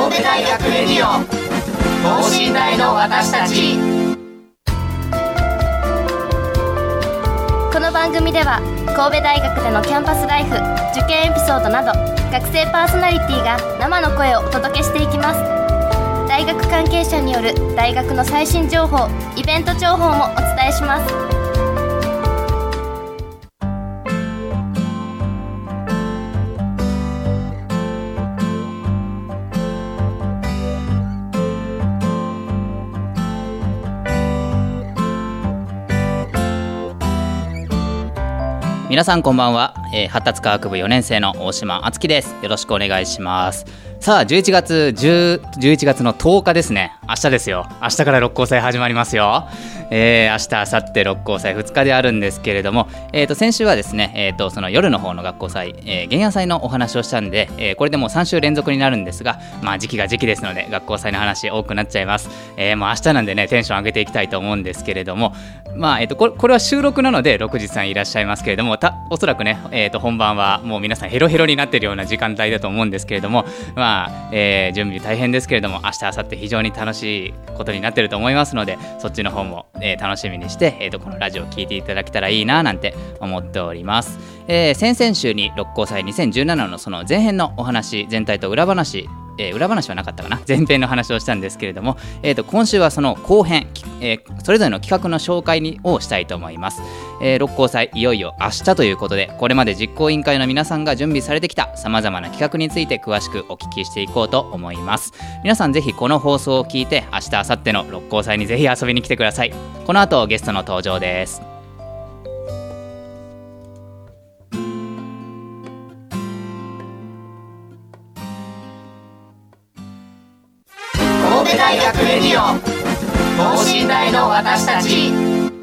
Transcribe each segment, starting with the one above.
神戸大学レディオ等身大の私たち。 この番組では神戸大学でのキャンパスライフ、受験エピソードなど学生パーソナリティが生の声をお届けしていきます。大学関係者による大学の最新情報、イベント情報もお伝えします。 皆さんこんばんは、発達科学部4年生の大島敦樹です。よろしくお願いします。さあ11月の10日ですね。明日ですよ。明日から六甲祭始まりますよ。明日明後日六甲祭2日であるんですけれども、先週はですね、その夜の方の学校祭、原野祭のお話をしたんで、これでもう3週連続になるんですが、時期が時期ですので学校祭の話多くなっちゃいます。もう明日なんでねテンション上げていきたいと思うんですけれども、これは収録なので6時さんいらっしゃいますけれども、おそらくね、本番はもう皆さんヘロヘロになっているような時間帯だと思うんですけれども、準備大変ですけれども、明日明後日非常に楽しいことになっていると思いますので、そっちの方も、楽しみにして、このラジオを聞いていただけたらいいななんて思っております。先々週に六甲祭2017のその前編のお話、全体と裏話はなかったかな、前編の話をしたんですけれども、今週はその後編、それぞれの企画の紹介をしたいと思います。六甲祭いよいよ明日ということで、これまで実行委員会の皆さんが準備されてきたさまざまな企画について詳しくお聞きしていこうと思います。皆さんぜひこの放送を聞いて明日明後日の六甲祭にぜひ遊びに来てください。この後ゲストの登場です。 神戸大学レディオ等身大の私たち。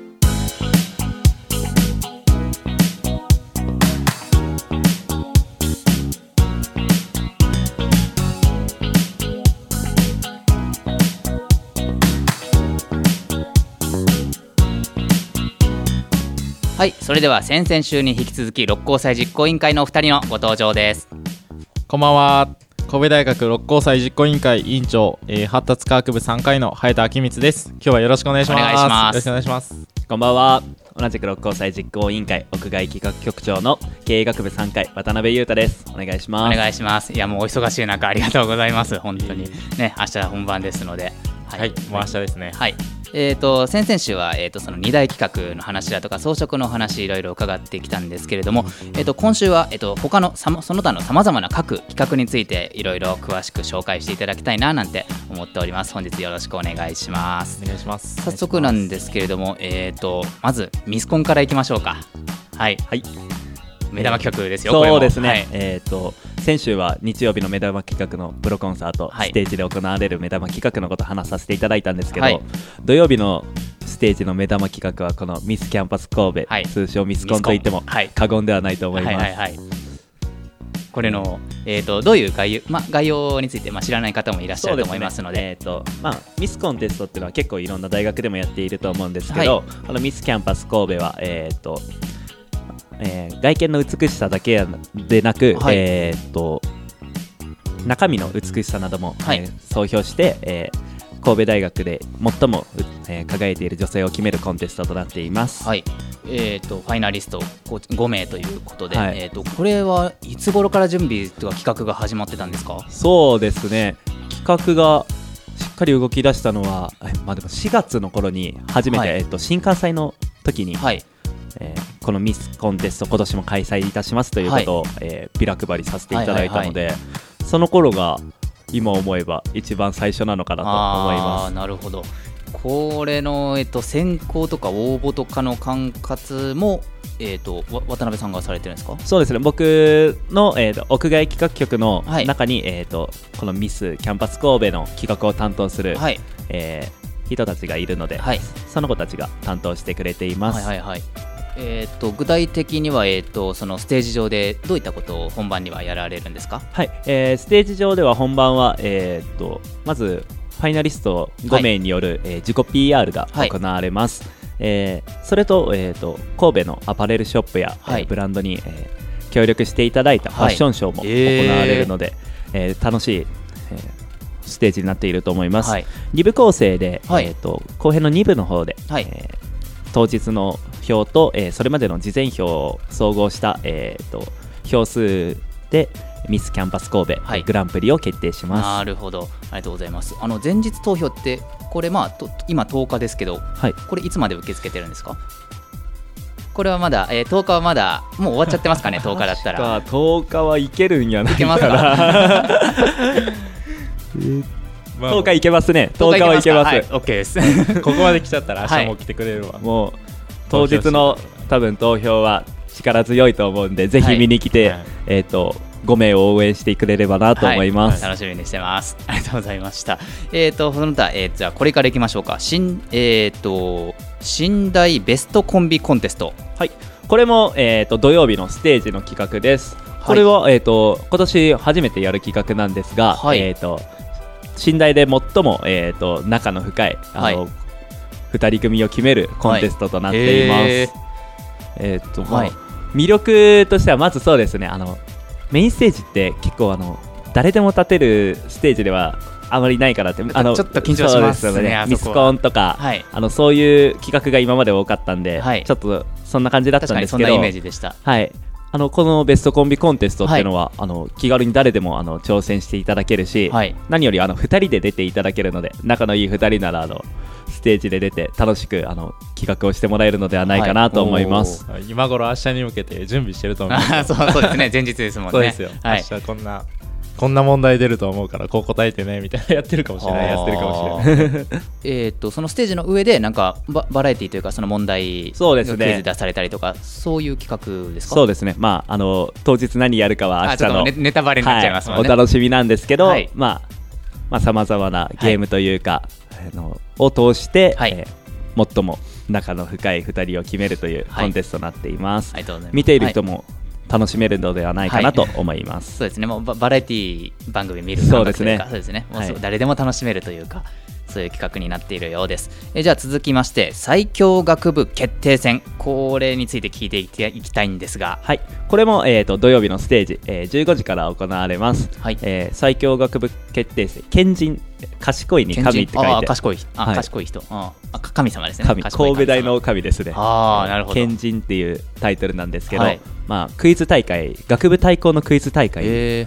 はい、それでは先々週に引き続き六甲祭実行委員会のお二人のご登場です。 こんばんは。神戸大学六甲祭実行委員会委員長、発達科学部3回の早田明光です。今日はよろしくお願いします。 お願いします。 よろしくお願いします。 こんばんは。同じく六甲祭実行委員会屋外企画局長の経営学部3回渡辺裕太です。お願いします。 お願いします。いやもうお忙しい中ありがとうございます。本当にね、明日本番ですので、 はい、もう明日ですね。 はい。先々週は、その2大企画の話だとか装飾の話いろいろ伺ってきたんですけれども、今週は、他のその他のさまざまな各企画についていろいろ詳しく紹介していただきたいななんて思っております。本日よろしくお願いします。 お願いします。 早速なんですけれども、まずミスコンからいきましょうか。はい、 はい、 目玉企画ですよ。 そうですね、 はい、 先週は日曜日の目玉企画のプロコンサート、ステージで行われる目玉企画のことを話させていただいたんですけど、はい、土曜日のステージの目玉企画はこのミスキャンパス神戸、はい、通称ミスコンといっても過言ではないと思います。 これの、どういう概要について、知らない方もいらっしゃると思いますので、 ミスコンテストっていうのは結構いろんな大学でもやっていると思うんですけど、このミスキャンパス神戸は、外見の美しさだけでなく、中身の美しさなども、総評して、神戸大学で最も、輝いている女性を決めるコンテストとなっています。 はい、ファイナリスト 5名ということで、これはいつ頃から準備とか企画が始まってたんですか？ そうですね、企画がしっかり動き出したのは、でも4月の頃に初めて、新幹線の時に、このミスコンテスト今年も開催いたしますということを、ビラ配りさせていただいたので、その頃が今思えば一番最初なのかなと思います。 なるほど。これの、選考とか応募とかの管轄も、渡辺さんがされてるんですか？ そうですね、僕の、屋外企画局の中に、このミスキャンパス神戸の企画を担当する、人たちがいるので、その子たちが担当してくれています。 具体的には、そのステージ上でどういったことを本番にはやられるんですか？ はい、ステージ上では本番は、まずファイナリスト5名による、自己 PR が行われます。それと、神戸のアパレルショップや、ブランドに、協力していただいたファッションショーも行われるので、楽しい、 ステージになっていると思います、 はい、 2部構成で、 はい後編の2部の方で、 はい当日の表と、それまでの事前表を総合した、票数でミスキャンパス神戸、グランプリを決定します。 なるほど、ありがとうございます。前日投票ってこれ今10日ですけど、これいつまで受け付けてるんですか？これはまだ、10日はまだもう終わっちゃってますかね？10日だったら 10日はいけるんやないかな。 いけますか 10日いけますね。10日はいけます。 はい、OK です。 ここまで来ちゃったら明日も来てくれるわ。 もう当日の多分投票は力強いと思うんで、ぜひ見に来て、5名を応援してくれればなと思います、 楽しみにしてます。ありがとうございました。その他、じゃあこれからいきましょうか。寝台ベストコンビコンテスト。 はい、これも、土曜日のステージの企画です。これは、今年初めてやる企画なんですが、寝台で最も、仲の深い2人組を決めるコンテストとなっています、魅力としてはまずそうですね、メインステージって結構誰でも立てるステージではあまりないかなって、ちょっと緊張しますね。 ミスコンとか、そういう企画が今まで多かったんで、ちょっとそんな感じだったんですけど、 確かにそんなイメージでした。 このベストコンビコンテストっていうのは、気軽に誰でも挑戦していただけるし、何より2人で出ていただけるので、仲のいい2人ならステージで出て楽しく企画をしてもらえるのではないかなと思います、 今頃明日に向けて準備してると思います。 そうですね、前日ですもんね。 そうですよ、明日こんな問題出ると思うからこう答えてねみたいなやってるかもしれない。 そのステージの上でなんかバラエティというかその問題そうですね、 クイズ出されたりとかそういう企画ですか？ そうですね、当日何やるかは明日のネタバレになっちゃいますもんね、 お楽しみなんですけど、さまざまなゲームというか、を通して、最も仲の深い2人を決めるというコンテストになっています、見ている人も、楽しめるのではないかなと思います、 そうですね、もうバラエティ番組見る感覚というか、そうですね、もう誰でも楽しめるというか、そういう企画になっているようです。じゃあ続きまして最強学部決定戦、これについて聞いていきたいんですが、 これも、土曜日のステージ、15時から行われます、最強学部決定戦、賢人、賢いに神って書いて、 賢い人、神様ですね。 神戸大の神ですね。 なるほど。 賢人っていうタイトルなんですけど、クイズ大会、学部対抗のクイズ大会です、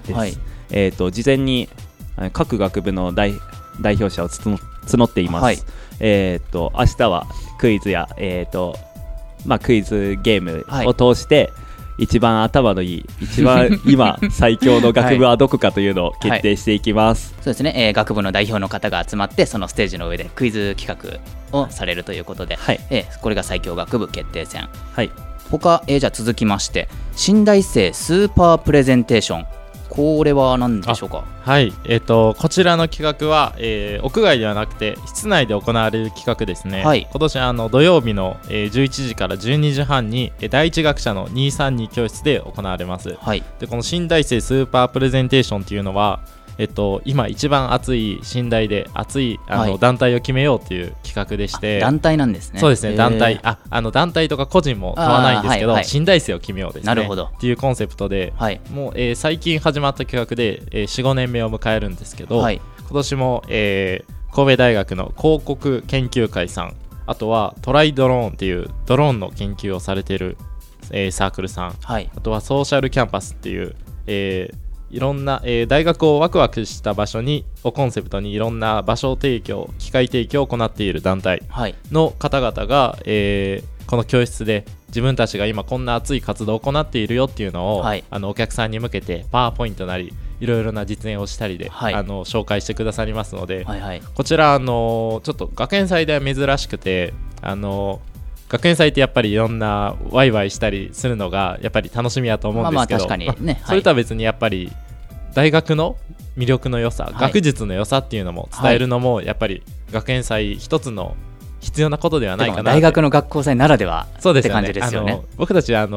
事前に各学部の代表者を募っています、明日はクイズや、クイズゲームを通して、一番頭のいい、一番今最強の学部はどこかというのを決定していきます、 そうですね、学部の代表の方が集まってそのステージの上でクイズ企画をされるということで、これが最強学部決定戦、他、じゃあ続きまして新大生スーパープレゼンテーション、これは何でしょうか？ こちらの企画は、屋外ではなくて室内で行われる企画ですね、今年土曜日の、11時から12時半に第一学舎の232教室で行われます、でこの新大生スーパープレゼンテーションというのは、今一番熱い新大で熱い団体を決めようという企画でして、 団体なんですね。 そうですね、団体団体とか個人も問わないんですけど、新大生を決めようですね。なるほどっていうコンセプトで、もう、最近始まった企画で、4,5 年目を迎えるんですけど、今年も、神戸大学の広告研究会さん、あとはトライドローンっていうドローンの研究をされている、サークルさん、あとはソーシャルキャンパスっていう、いろんな、大学をワクワクした場所にをコンセプトにいろんな場所提供、機会提供を行っている団体の方々が、この教室で自分たちが今こんな熱い活動を行っているよっていうのを、お客さんに向けてパワーポイントなりいろいろな実演をしたりで、紹介してくださりますので、こちらちょっと学園祭では珍しくて、学園祭ってやっぱりいろんなワイワイしたりするのがやっぱり楽しみやと思うんですけど、 確かにね、 それとは別にやっぱり大学の魅力の良さ、学術の良さっていうのも伝えるのもやっぱり学園祭一つの必要なことではないかな。 大学の学校祭ならではって感じですよね。 僕たち研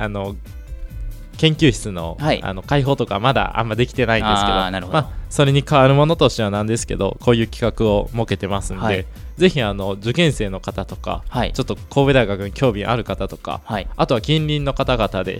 究室の、開放とかまだあんまできてないんですけど、それに変わるものとしてはなんですけど、こういう企画を設けてますんで、ぜひ受験生の方とか、ちょっと神戸大学に興味ある方とか、あとは近隣の方々で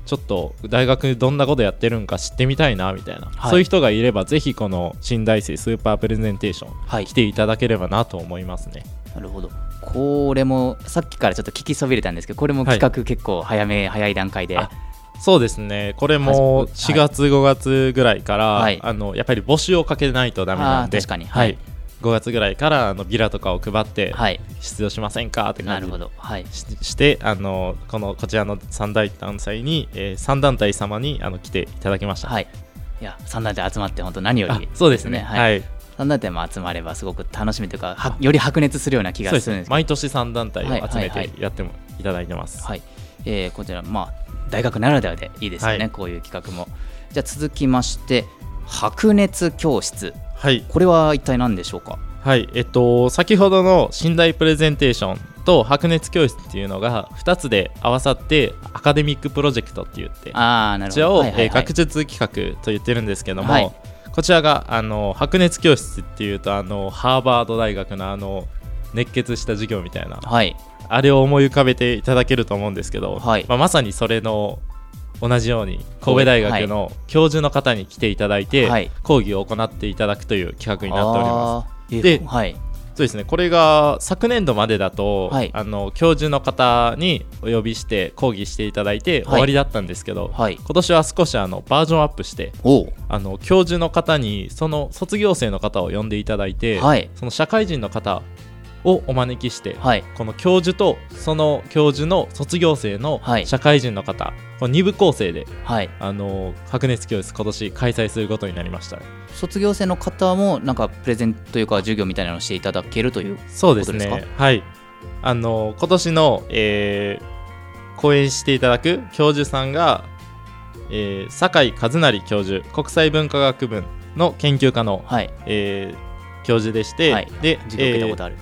ちょっと大学どんなことやってるんか知ってみたいなみたいな、そういう人がいればぜひこの新大生スーパープレゼンテーション、来ていただければなと思いますね。 なるほど。これもさっきからちょっと聞きそびれたんですけど、これも企画結構早い段階で、 そうですね、これも4月5月ぐらいから、やっぱり募集をかけないとダメなんで、 確かに、 5月ぐらいからビラとかを配って、出場しませんかって感じでして、こちらの3団体に、3団体様に来ていただきました。 いや3団体集まって本当何よりそうですね。 3団体も集まればすごく楽しみというか、より白熱するような気がするんですけど、 毎年3団体を集めてやってもいただいてます。 こちら大学ならではでいいですよね、こういう企画も。じゃあ続きまして白熱教室、これは一体何でしょうか？ 先ほどの寝台プレゼンテーションと白熱教室っていうのが2つで合わさってアカデミックプロジェクトって言って、こちらを学術企画と言ってるんですけども、こちらが白熱教室っていうとハーバード大学の熱血した授業みたいな、あれを思い浮かべていただけると思うんですけど、まさにそれの同じように神戸大学の教授の方に来ていただいて、講義を行っていただくという企画になっております。で、そうですね、これが昨年度までだと、教授の方にお呼びして講義していただいて終わりだったんですけど、今年は少しバージョンアップして教授の方にその卒業生の方を呼んでいただいて、その社会人の方をお招きして、この教授とその教授の卒業生の社会人の方、この2部構成で、白熱教室今年開催することになりました。 卒業生の方もなんかプレゼンというか授業みたいなのをしていただけるということですか？ そうですね、今年の、講演していただく教授さんが、酒井和成教授、国際文化学部の研究科の、教授でして、で授業受けたことある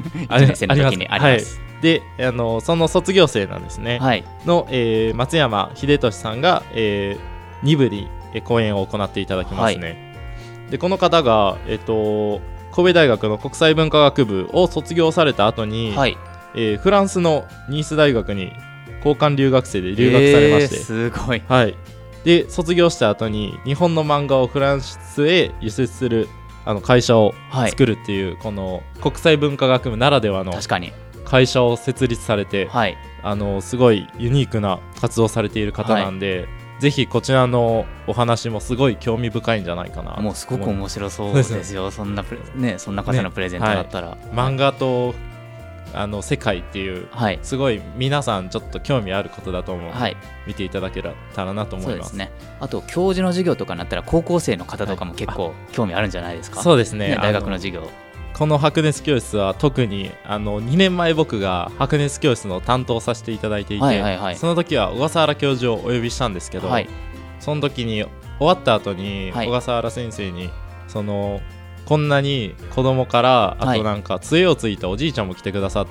1年生の時にあります。でその卒業生なんですね、の、松山秀俊さんが、2部に講演を行っていただきますね。でこの方が、神戸大学の国際文化学部を卒業された後に、フランスのニース大学に交換留学生で留学されまして、 すごい。 で卒業した後に日本の漫画をフランスへ輸出する会社を作るっていう、この国際文化学部ならではの会社を設立されて、すごいユニークな活動をされている方なんで、ぜひこちらのお話もすごい興味深いんじゃないかな。 もうすごく面白そうですよ。そんな方のプレゼントだったら、 漫画と世界っていう、すごい皆さんちょっと興味あることだと思うので、見ていただけたらなと思います。 そうですね。あと教授の授業とかになったら高校生の方とかも結構興味あるんじゃないですか？ そうですね、 大学の授業。 この白熱教室は特に2年前僕が白熱教室の担当させていただいていて、その時は小笠原教授をお呼びしたんですけど、その時に終わった後に小笠原先生にこんなに子供からあとなんか杖をついたおじいちゃんも来てくださって、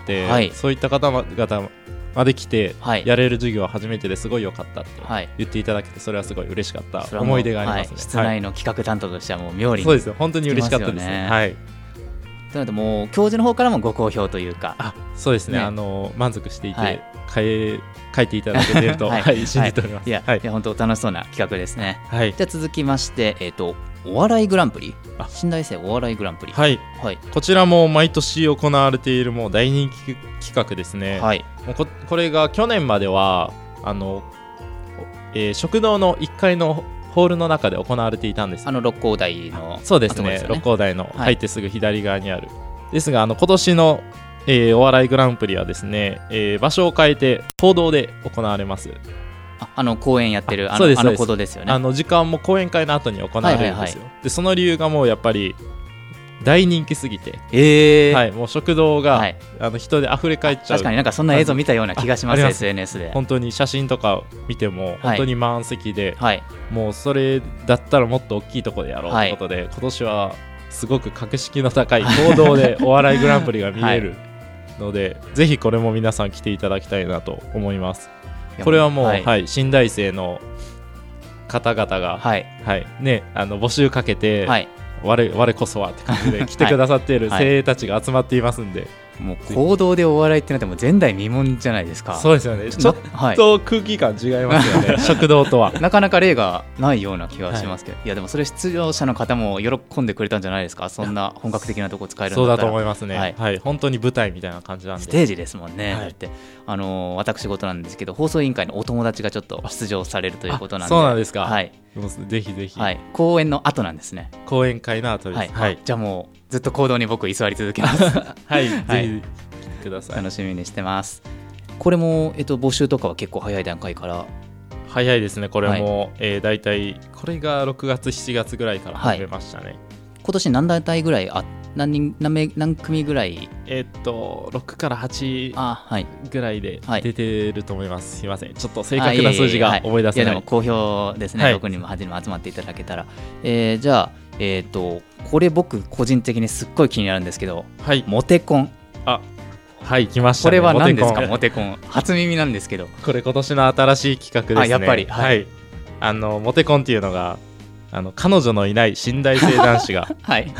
そういった方々まで来てやれる授業は初めてですごい良かったって言っていただけて、それはすごい嬉しかった思い出がありますね。 室内の企画担当としてはもう妙にそうですよ、本当に嬉しかったですね。 なのでもう教授の方からもご好評というか、 そうですね、満足していて、書いていただけていると、信じております。 いや本当楽しそうな企画ですね。じゃあ続きまして、お笑いグランプリ、新大生お笑いグランプリ、 こちらも毎年行われているもう大人気企画ですね。もうこれが去年までは食堂の1階のホールの中で行われていたんです。 六甲台の、 そうですね、六甲台の入ってすぐ左側にある、ですが今年の、お笑いグランプリはですね、場所を変えて講堂で行われます。 公演やってる講堂ですよね。 時間も講演会の後に行われるんですよ。でその理由がもうやっぱり大人気すぎて、もう食堂が、人で溢れ返っちゃう。 確かになんかそんな映像見たような気がします。SNS で本当に写真とか見ても本当に満席で、もうそれだったらもっと大きいところでやろうということで、今年はすごく格式の高い講堂でお笑いグランプリが見れるので、ぜひこれも皆さん来ていただきたいなと思います。これはもう、新大生の方々が、募集かけて、我こそはって感じで来てくださっている精鋭たちが集まっていますんで、 もう行動でお笑いってなっても前代未聞じゃないですか。 そうですよね。ちょっと空気感違いますよね、食堂とは。 なかなか例がないような気がしますけど、いやでもそれ出場者の方も喜んでくれたんじゃないですか。そんな本格的なとこ使えるんだったら。 そうだと思いますね。はい、本当に舞台みたいな感じなんで。 ステージですもんね。だって私事なんですけど、放送委員会のお友達がちょっと出場されるということなんで。 そうなんですか。 はい。 ぜひぜひ。 はい。公演の後なんですね。 公演会の後です。 はい。じゃあもうずっと行動に僕居座り続けます。 はい。ぜひください。 楽しみにしてます。これも募集とかは結構早い段階から。 早いですね。これもだいたいこれが6月7月ぐらいから始めましたね。 今年何団体ぐらい何組ぐらい 6から8ぐらいで出てると思います。すいません、ちょっと正確な数字が思い出せない。 いやでも好評ですね。僕にも初め集まっていただけたら。じゃあこれ僕個人的にすっごい気になるんですけど、モテコン。 はい来ましたね。 これは何ですか？モテコン初耳なんですけど。 これ今年の新しい企画ですね。 やっぱりはいモテコンっていうのが彼女のいない新大生男子がはい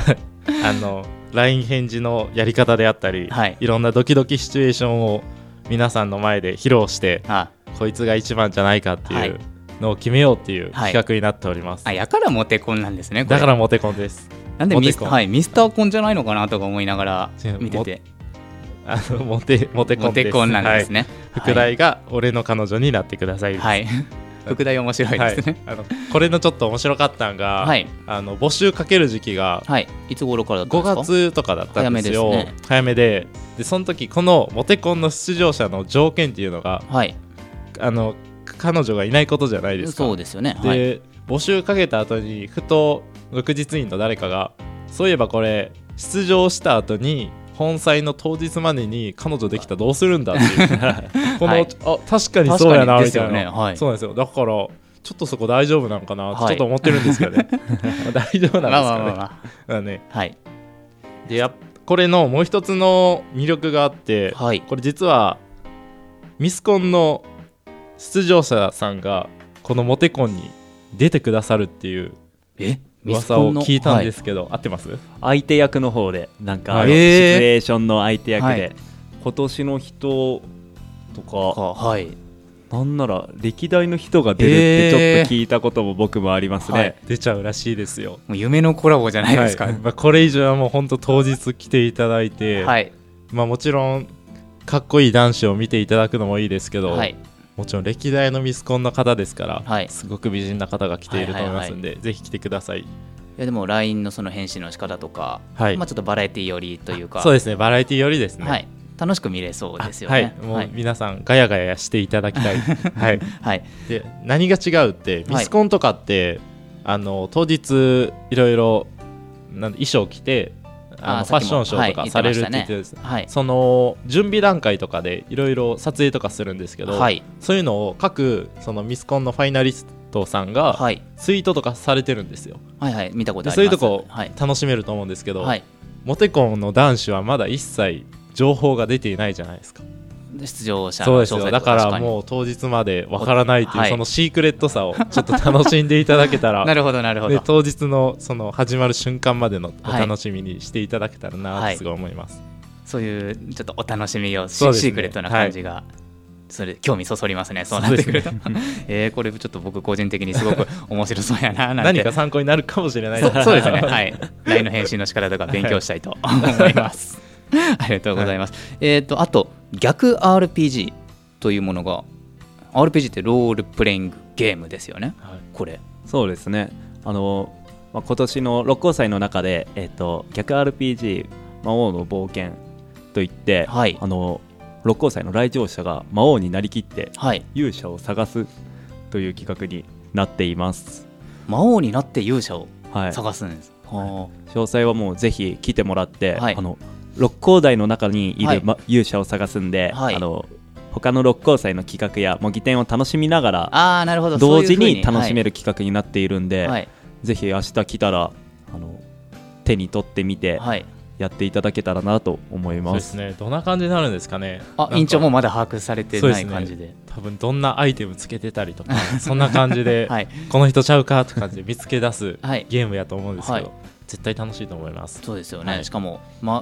LINE 返事のやり方であったり、いろんなドキドキシチュエーションを皆さんの前で披露して、こいつが一番じゃないかっていうのを決めようっていう企画になっております。 やからモテコンなんですね。 だからモテコンです。 なんでミスターコンじゃないのかなとか思いながら見てて、 モテコンです。 モテコンなんですね。 副題が俺の彼女になってくださいです。 はい副題面白いですね。 これのちょっと面白かったのが、募集かける時期がいつ頃からだったんですか？ 5月とかだったんですよ。早めでその時このモテコンの出場者の条件っていうのが、彼女がいないことじゃないですか。 そうですよね。 で募集かけた後にふと翌日員の誰かが、そういえばこれ出場した後に本祭の当日までに彼女できたらどうするんだっていうこの、確かにそうやなみたいな、そうなんですよ。だからちょっとそこ大丈夫なのかなってちょっと思ってるんですけどね大丈夫なんですかね。でこれのもう一つの魅力があって、これ実はミスコンの出場者さんがこのモテコンに出てくださるっていう噂を聞いたんですけど、合ってます？ 相手役の方でなんかシチュエーションの相手役で、今年の人とか、なんなら歴代の人が出るってちょっと聞いたことも僕もありますね。 出ちゃうらしいですよ。 もう夢のコラボじゃないですか。 これ以上はもう本当当日来ていただいて、もちろんかっこいい男子を見ていただくのもいいですけど、もちろん歴代のミスコンの方ですから、すごく美人な方が来ていると思いますので、ぜひ来てください。いやでも LINE のその返信の仕方とか、ちょっとバラエティ寄りというか、 そうですね、バラエティ寄りですね。 楽しく見れそうですよね。 もう皆さんガヤガヤしていただきたいで何が違うってミスコンとかって、当日いろいろ衣装着てファッションショーとかされるって言ってですね、その準備段階とかでいろいろ撮影とかするんですけど、そういうのを各そのミスコンのファイナリストさんがツイートとかされてるんですよ。 見たことあります。 そういうとこ楽しめると思うんですけど、モテコンの男子はまだ一切情報が出ていないじゃないですか。 出場者の詳細とか。そうですよ。 だからもう当日までわからないっていうそのシークレットさをちょっと楽しんでいただけたらなるほどなるほど。 で当日のその始まる瞬間までのお楽しみにしていただけたらなってすごい思います。 そういうちょっとお楽しみをシークレットな感じが、それ興味そそりますね。そうなってくるとこれちょっと僕個人的にすごく面白そうやななんて何か参考になるかもしれないですね。そうですね。LINE の返信の仕方とか勉強したいと思いますありがとうございます。あと逆 RPG というものが、 RPG ってロールプレイングゲームですよね。これそうですね。今年の六甲祭の中で、逆 RPG 魔王の冒険といって、六甲祭の来場者が魔王になりきって勇者を探すという企画になっています。 魔王になって勇者を探すんです。 詳細はもうぜひ来てもらって、六甲台の中にいる、勇者を探すんで、他の六甲祭の企画や模擬店を楽しみながら同時に楽しめる企画になっているんで、ぜひ明日来たら手に取ってみてやっていただけたらなと思います。 そうですね。どんな感じになるんですかね。 委員長もまだ把握されてない感じで、 多分どんなアイテムつけてたりとかそんな感じで、この人ちゃうかって感じで見つけ出すゲームやと思うんですけど、絶対楽しいと思います。 そうですよね。しかも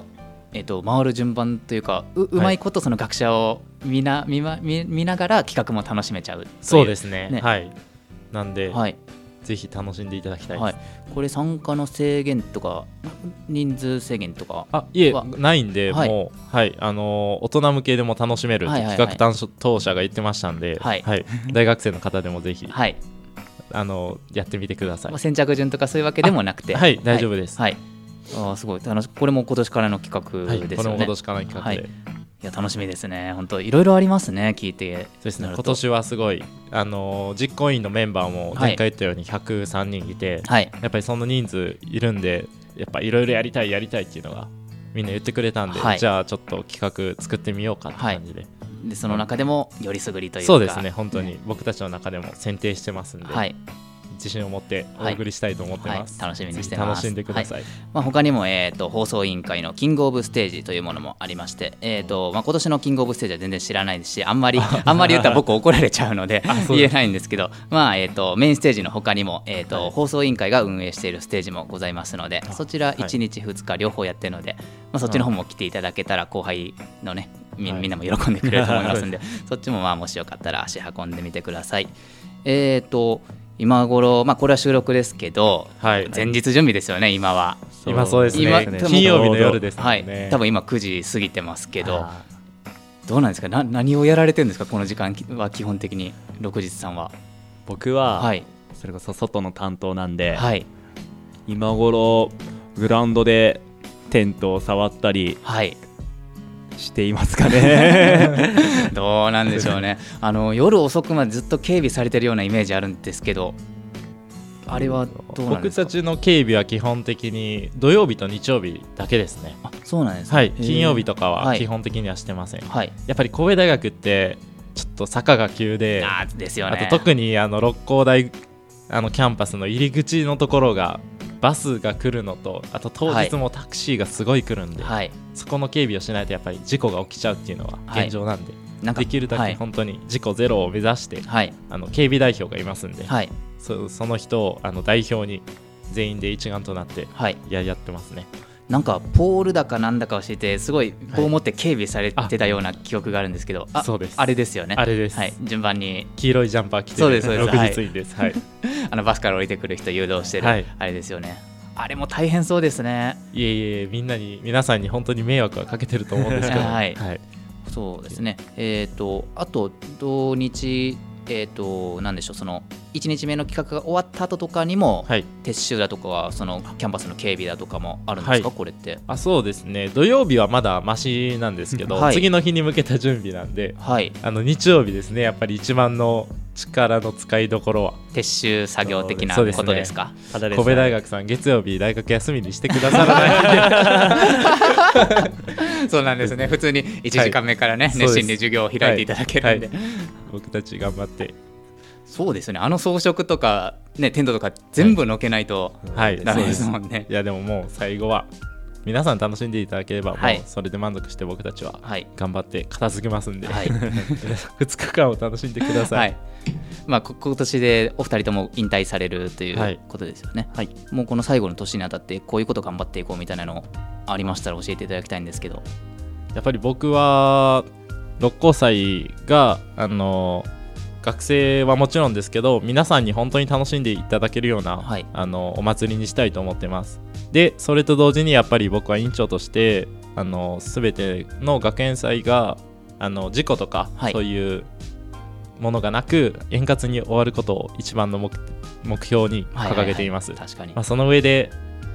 回る順番というか うまいことその学者を見ながら企画も楽しめちゃうという。 そうですね、はい、なんで、 はい、 ぜひ楽しんでいただきたいです、 はい、これ参加の制限とか人数制限とかいえないんで、はい、もう、はい、大人向けでも楽しめるって企画担当者が言ってましたんで、はいはい、大学生の方でもぜひ、はい、やってみてください。 先着順とかそういうわけでもなくて、 はい、大丈夫です、はい、 すごい楽しい。これも今年からの企画ですよね、 これも今年からの企画で、 いや楽しみですね。本当いろいろありますね、聞いて。 そうですね、今年はすごい実行委員のメンバーも前回言ったように103人いて、はい、やっぱりその人数いるんで、やっぱいろいろやりたいっていうのがみんな言ってくれたんで、はい、じゃあちょっと企画作ってみようかって感じで、 でその中でもよりすぐりというか、 そうですね、本当に僕たちの中でも選定してますんで、はい、自信を持ってお送りしたいと思ってます、 はいはい、楽しみにしてます。 楽しんでください、 はい、他にも、放送委員会のキングオブステージというものもありまして、今年のキングオブステージは全然知らないですし、あんまり言ったら僕怒られちゃうので言えないんですけど、メインステージの他にも、放送委員会が運営しているステージもございますので、そちら1日2日両方やってるので、そっちの方も来ていただけたら後輩のねみんなも喜んでくれると思いますんでそっちももしよかったら足運んでみてください。今頃、これは収録ですけど、はい、前日準備ですよね。今は今そうですね、金曜日の夜ですね、はい、 多分今9時過ぎてますけど、どうなんですか。何をやられてるんですか、この時間は。基本的に六日さんは。 僕は、はい、それこそ外の担当なんで、はい、今頃グラウンドでテントを触ったり、はい、していますかねどうなんでしょうね。夜遅くまでずっと警備されてるようなイメージあるんですけど、あれはどうなんですか。 僕たちの警備は基本的に土曜日と日曜日だけですね。 あ、そうなんですね、はい、金曜日とかは基本的にはしてません、はい、やっぱり神戸大学ってちょっと坂が急で、 ですよね。 あと特に六甲大キャンパスの入り口のところがバスが来るのと、あと当日もタクシーがすごい来るんで、はい、そこの警備をしないとやっぱり事故が起きちゃうっていうのは現状なんで、はい、できるだけ本当に事故ゼロを目指して、はい、警備代表がいますんで、はい、その人を代表に全員で一丸となって、はい、やってますね。 なんかポールだかなんだか教えて、すごい棒を持って警備されてたような記憶があるんですけど、 そうです、 あれですよね。 あれです、 はい、順番に黄色いジャンパー着てる翌日員です、はい、 バスから降りてくる人誘導してる、はい、あれですよね。あれも大変そうですね。 いえ皆さんに本当に迷惑はかけてると思うんですけどはい、はい、 そうですね。あと土日なんでしょう、その1日目の企画が終わった後とかにも、はい、撤収だとかはそのキャンパスの警備だとかもあるんですか、はい、これって。 そうですね、土曜日はまだマシなんですけど、はい、次の日に向けた準備なんで、はい、日曜日ですね、やっぱり一番の力の使いどころは撤収作業的なことですか。 神戸大学さん月曜日大学休みにしてくださらないんでそうなんですね。普通に1時間目からね、はい、熱心に授業を開いていただけるんで、はいはい、 僕たち頑張って。 そうですね、装飾とか、ね、テントとか全部のけないとダメですもんね、はいはい、 いやでももう最後は皆さん楽しんでいただければ、もうそれで満足して僕たちは頑張って片付けますんで、はい、2日間を楽しんでください、 はい、今年でお二人とも引退されるということですよね、はい、もうこの最後の年にあたってこういうこと頑張っていこうみたいなのありましたら教えていただきたいんですけど。 やっぱり僕は六甲祭が学生はもちろんですけど、皆さんに本当に楽しんでいただけるような、はい、お祭りにしたいと思ってます。でそれと同時にやっぱり僕は委員長として全ての学園祭が事故とか、はい、そういうものがなく円滑に終わることを一番の目標に掲げています、はいはいはい、確かに、その上で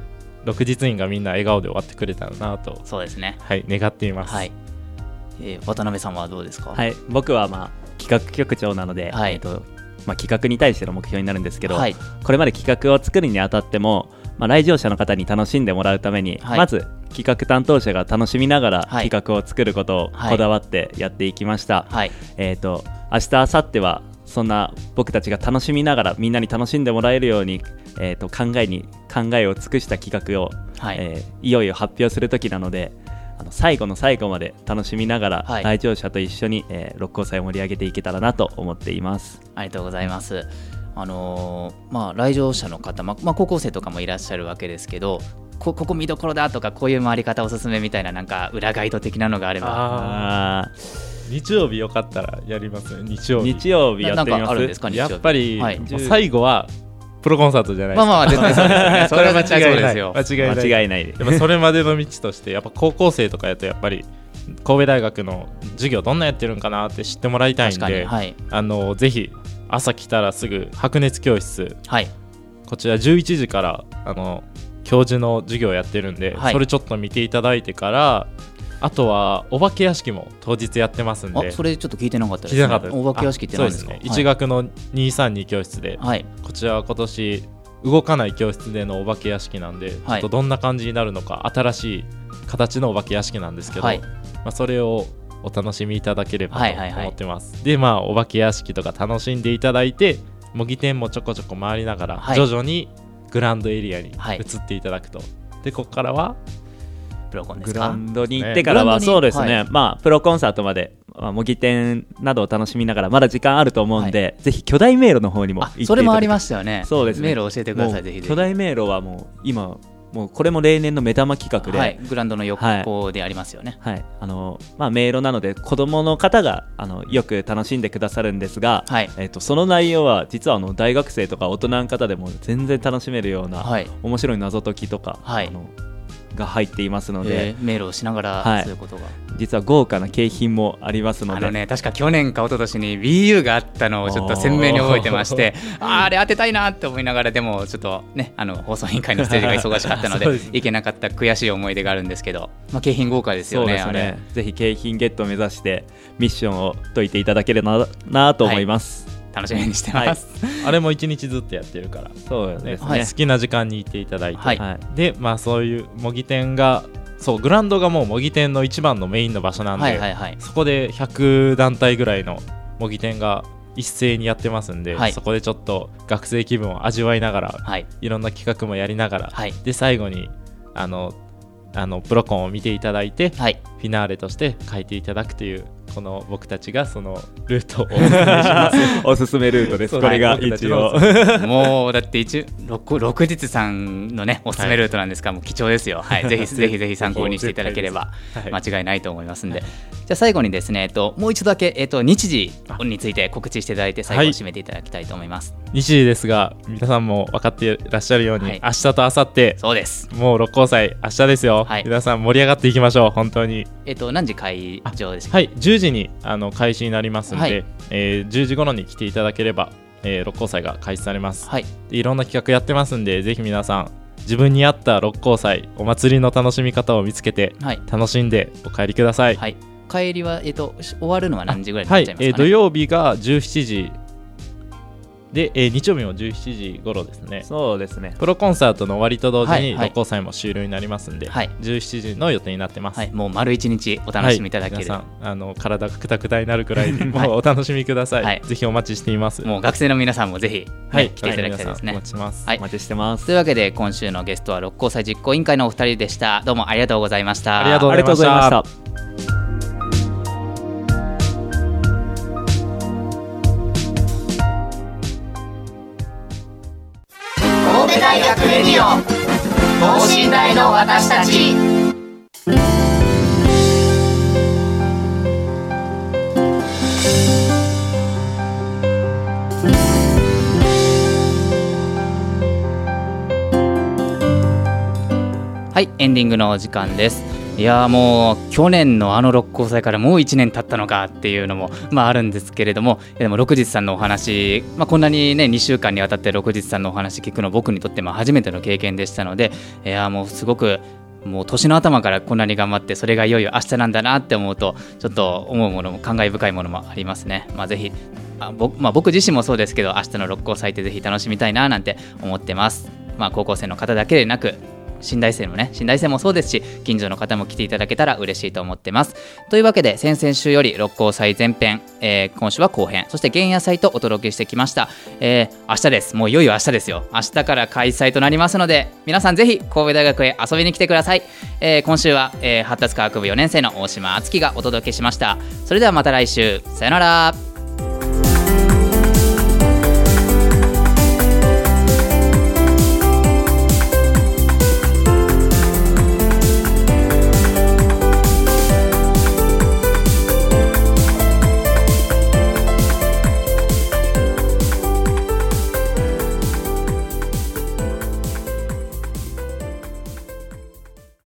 6日員がみんな笑顔で終わってくれたらなと、 そうですね、 はい、願っています、はい。 渡辺さんはどうですか。 はい、僕は企画局長なので、はい、企画に対しての目標になるんですけど、はい、これまで企画を作るにあたっても、来場者の方に楽しんでもらうために、はい、まず企画担当者が楽しみながら企画を作ることをこだわってやっていきました、はい、明日明後日はそんな僕たちが楽しみながらみんなに楽しんでもらえるように、考えを尽くした企画を、はい、いよいよ発表する時なので、最後の最後まで楽しみながら、はい、来場者と一緒に、六甲祭を盛り上げていけたらなと思っています。 ありがとうございます。来場者の方、高校生とかもいらっしゃるわけですけど、 ここ見どころだとか、こういう回り方おすすめみたいな、なんか裏ガイド的なのがあれば。 日曜日よかったらやりますね。日曜日やってみます。 なんかあるんですか？日曜日やっぱり、最後はプロコンサートじゃないですか。 まあ絶対そうですね。それは間違いないよ。 間違いないです。 でもそれまでの道としてやっぱ高校生とかやとやっぱり神戸大学の授業どんなやってるんかなって知ってもらいたいんで、ぜひ朝来たらすぐ白熱教室、こちら11時から教授の授業やってるんで、それちょっと見ていただいてから、あとはお化け屋敷も当日やってますんで。 それちょっと聞いてなかったですね。お化け屋敷って何ですか？ 1学の232教室で、こちらは今年動かない教室でのお化け屋敷なんで、ちょっとどんな感じになるのか、新しい形のお化け屋敷なんですけど、それをお楽しみいただければと思ってます。でお化け屋敷とか楽しんでいただいて、模擬店もちょこちょこ回りながら、徐々にグランドエリアに移っていただくと。でここからはプロコンですか？ グランドに行ってからはそうですね、プロコンサートまで、模擬店などを楽しみながらまだ時間あると思うんで、ぜひ巨大迷路の方にも行っていただきたい。 それもありましたよね。 そうですね。 迷路教えてください。ぜひぜひ。 巨大迷路はもう今もうこれも例年の目玉企画で、 グランドの横でありますよね。 迷路なので子どもの方がよく楽しんでくださるんですが、その内容は実は大学生とか大人の方でも全然楽しめるような、面白い謎解きとか、が入っていますので、 迷路をしながらそういうことが、 実は豪華な景品もありますので、 確か去年か一昨年に BU があったのをちょっと鮮明に覚えてましてあれ当てたいなって思いながら、でもちょっとね放送委員会のステージが忙しかったので行けなかった悔しい思い出があるんですけど、景品豪華ですよね。 そうですね。ぜひ景品ゲットを目指してミッションを解いていただければなと思います。 楽しみにしてます。 あれも1日ずっとやってるから、 そうですね。好きな時間に行っていただいて、でそういう模擬店が、グランドがもう模擬店の一番のメインの場所なんで、そこで100団体ぐらいの模擬店が一斉にやってますんで、そこでちょっと学生気分を味わいながら、いろんな企画もやりながら、で最後にプロコンを見ていただいて、フィナーレとして書いていただくという、この僕たちがそのルートをお勧めしますおすすめルートです。これが一応もうだって6日さんのねおすすめルートなんですから、もう貴重ですよ。ぜひぜひ参考にしていただければ間違いないと思いますんで、じゃあ最後にですね、もう一度だけ日時について告知していただいて、最後締めていただきたいと思います。 日時ですが、皆さんも分かっていらっしゃるように、明日と明後日、 そうです、 もう六甲祭明日ですよ。皆さん盛り上がっていきましょう。本当に何時会場ですか？ 10時に開始になりますので、10時頃に来ていただければ、六甲祭が開始されます。でいろんな企画やってますんで、ぜひ皆さん自分に合った六甲祭お祭りの楽しみ方を見つけて、楽しんでお帰りください。 帰りは、終わるのは何時ぐらいになっちゃいますかね？ 土曜日が17時で、日曜日も17時頃ですね。 そうですね。 プロコンサートの終わりと同時に六甲祭も終了になりますんで、17時の予定になってます。 もう丸1日お楽しみいただける、 皆さん体がクタクタになるくらいもうお楽しみください。ぜひお待ちしています。 もう学生の皆さんもぜひ、来ていただきたいですね。 お待ちしてます。 お待ちしてます。 というわけで今週のゲストは六甲祭実行委員会のお二人でした。どうもありがとうございました。 ありがとうございました。 神戸大学レディオ等身大の私たち。 はい、エンディングのお時間です。いやもう去年の六甲祭からもう1年経ったのかっていうのも、あるんですけれども、でも六日さんのお話、こんなにね2週間にわたって六日さんのお話聞くの僕にとっても初めての経験でしたので、もうすごくもう年の頭からこんなに頑張って、それがいよいよ明日なんだなって思うと、ちょっと思うものも感慨深いものもありますね。ぜひ僕自身もそうですけど、明日の六甲祭ってぜひ楽しみたいななんて思ってます。高校生の方だけでなく新大生もそうですし、近所の方も来ていただけたら嬉しいと思ってます。というわけで先々週より六甲祭前編、今週は後編、そして前夜祭とお届けしてきました。明日です。もういよいよ明日ですよ。明日から開催となりますので、皆さんぜひ神戸大学へ遊びに来てください。今週は、発達科学部4年生の大島敦樹がお届けしました。それではまた来週、さよなら。